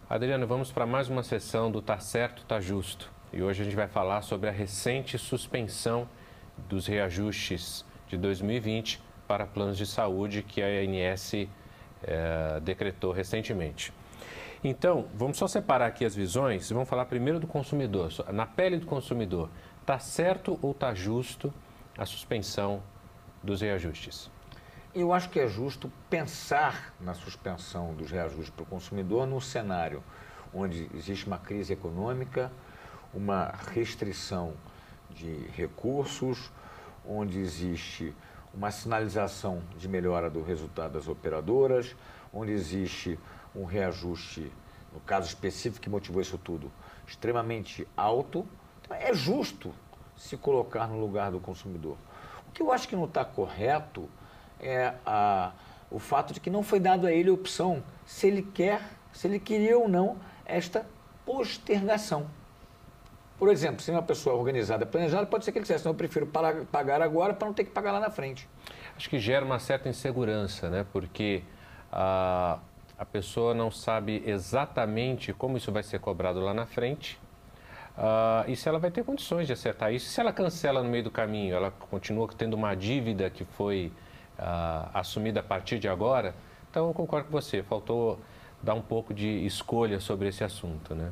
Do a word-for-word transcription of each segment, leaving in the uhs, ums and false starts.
Adriano, vamos para mais uma sessão do Tá Certo, Tá Justo. E hoje a gente vai falar sobre a recente suspensão dos reajustes de dois mil e vinte para planos de saúde que a A N S eh, decretou recentemente. Então, vamos só separar aqui as visões e vamos falar primeiro do consumidor. Na pele do consumidor, tá certo ou tá justo a suspensão dos reajustes? Eu acho que é justo pensar na suspensão dos reajustes para o consumidor num cenário onde existe uma crise econômica, uma restrição de recursos, onde existe uma sinalização de melhora do resultado das operadoras, onde existe um reajuste, no caso específico que motivou isso tudo, extremamente alto. Então, é justo se colocar no lugar do consumidor. O que eu acho que não está correto é a, o fato de que não foi dado a ele a opção se ele quer, se ele queria ou não esta postergação. Por exemplo, se uma pessoa organizada, planejada, pode ser que ele dissesse, não, eu prefiro pagar agora para não ter que pagar lá na frente. Acho que gera uma certa insegurança, né? Porque a, a pessoa não sabe exatamente como isso vai ser cobrado lá na frente. Uh, e se ela vai ter condições de acertar isso. Se ela cancela no meio do caminho, ela continua tendo uma dívida que foi uh, assumida a partir de agora, então eu concordo com você, faltou dar um pouco de escolha sobre esse assunto, né?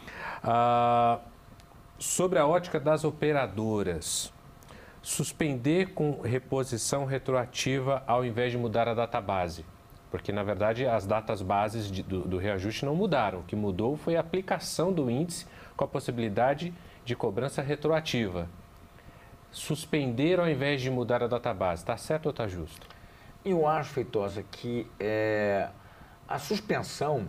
Uh, sobre a ótica das operadoras, suspender com reposição retroativa ao invés de mudar a data base, porque na verdade as datas bases de, do, do reajuste não mudaram, o que mudou foi a aplicação do índice com a possibilidade de cobrança retroativa. Suspender ao invés de mudar a data base, está certo ou está justo? Eu acho, Feitosa, que é, a suspensão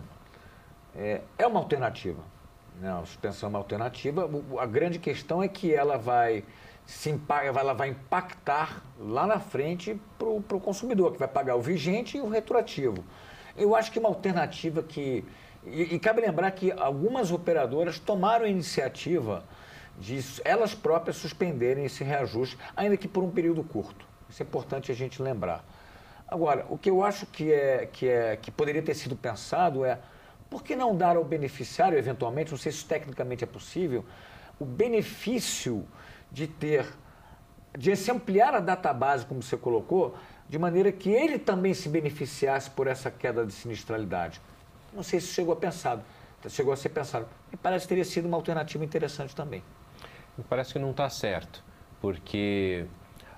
é, é uma alternativa. Né? A suspensão é uma alternativa. A grande questão é que ela vai, se, ela vai impactar lá na frente para o consumidor, que vai pagar o vigente e o retroativo. Eu acho que uma alternativa que... E, e cabe lembrar que algumas operadoras tomaram a iniciativa de elas próprias suspenderem esse reajuste, ainda que por um período curto. Isso é importante a gente lembrar. Agora, o que eu acho que, é, que, é, que poderia ter sido pensado é, por que não dar ao beneficiário, eventualmente, não sei se tecnicamente é possível, o benefício de ter, de se ampliar a database, como você colocou, de maneira que ele também se beneficiasse por essa queda de sinistralidade. Não sei se chegou a pensar, chegou a ser pensado. Me parece que teria sido uma alternativa interessante também. Me parece que não está certo, porque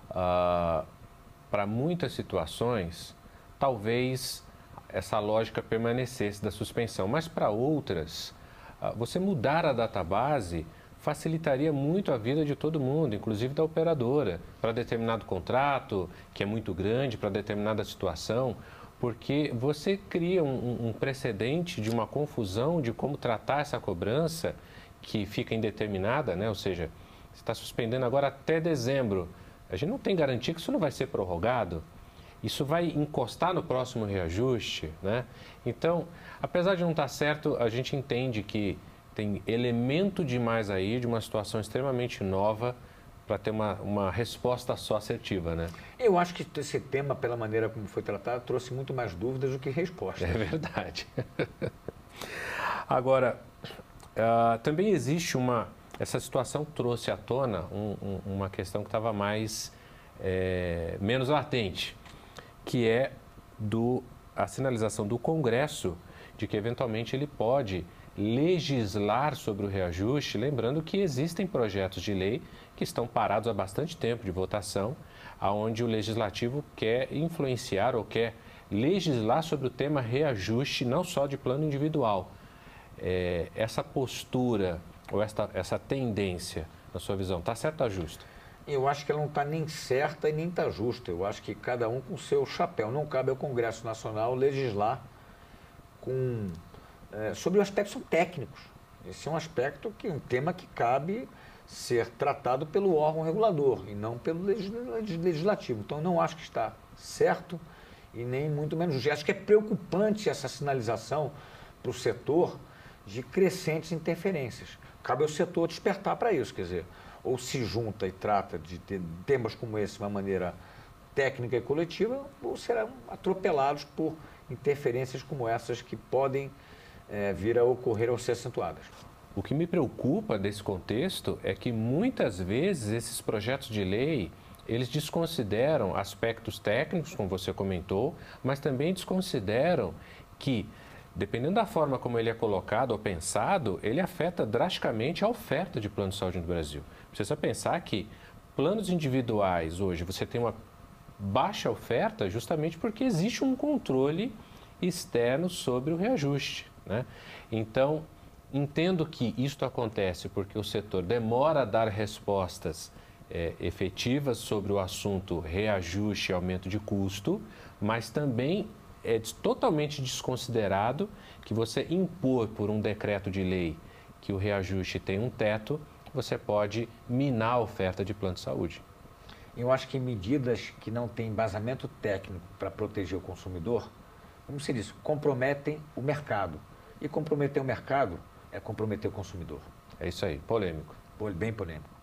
ah, para muitas situações, talvez essa lógica permanecesse da suspensão, mas para outras, ah, você mudar a database facilitaria muito a vida de todo mundo, inclusive da operadora, para determinado contrato, que é muito grande, para determinada situação, porque você cria um, um precedente de uma confusão de como tratar essa cobrança que fica indeterminada, né? Ou seja, você está suspendendo agora até dezembro. A gente não tem garantia que isso não vai ser prorrogado. Isso vai encostar no próximo reajuste, né? Então, apesar de não estar certo, a gente entende que tem elemento demais aí de uma situação extremamente nova para ter uma, uma resposta só assertiva, né? Eu acho que esse tema, pela maneira como foi tratado, trouxe muito mais dúvidas do que respostas. É verdade. Agora, uh, também existe uma... Essa situação trouxe à tona um, um, uma questão que estava mais... É, menos latente, que é do, a sinalização do Congresso de que, eventualmente, ele pode legislar sobre o reajuste, lembrando que existem projetos de lei que estão parados há bastante tempo de votação, onde o Legislativo quer influenciar ou quer legislar sobre o tema reajuste, não só de plano individual. É, essa postura ou essa, essa tendência, na sua visão, está certa ou justa? Eu acho que ela não está nem certa e nem está justa. Eu acho que cada um com o seu chapéu. Não cabe ao Congresso Nacional legislar com... É, sobre aspectos técnicos. Esse é um aspecto, que um tema que cabe ser tratado pelo órgão regulador e não pelo legislativo. Então, eu não acho que está certo e nem muito menos justo. Acho que é preocupante essa sinalização para o setor de crescentes interferências. Cabe ao setor despertar para isso, quer dizer, ou se junta e trata de temas como esse de uma maneira técnica e coletiva, ou serão atropelados por interferências como essas que podem é, vir a ocorrer ou ser acentuadas. O que me preocupa desse contexto é que muitas vezes esses projetos de lei, eles desconsideram aspectos técnicos, como você comentou, mas também desconsideram que, dependendo da forma como ele é colocado ou pensado, ele afeta drasticamente a oferta de plano de saúde no Brasil. Precisa pensar que planos individuais hoje, você tem uma baixa oferta justamente porque existe um controle externo sobre o reajuste, né? Então, entendo que isto acontece porque o setor demora a dar respostas é, efetivas sobre o assunto reajuste e aumento de custo, mas também é totalmente desconsiderado que você impor por um decreto de lei que o reajuste tem um teto, você pode minar a oferta de plano de saúde. Eu acho que medidas que não têm embasamento técnico para proteger o consumidor, como se diz, comprometem o mercado. E comprometer o mercado é comprometer o consumidor. É isso aí, polêmico. Bem polêmico.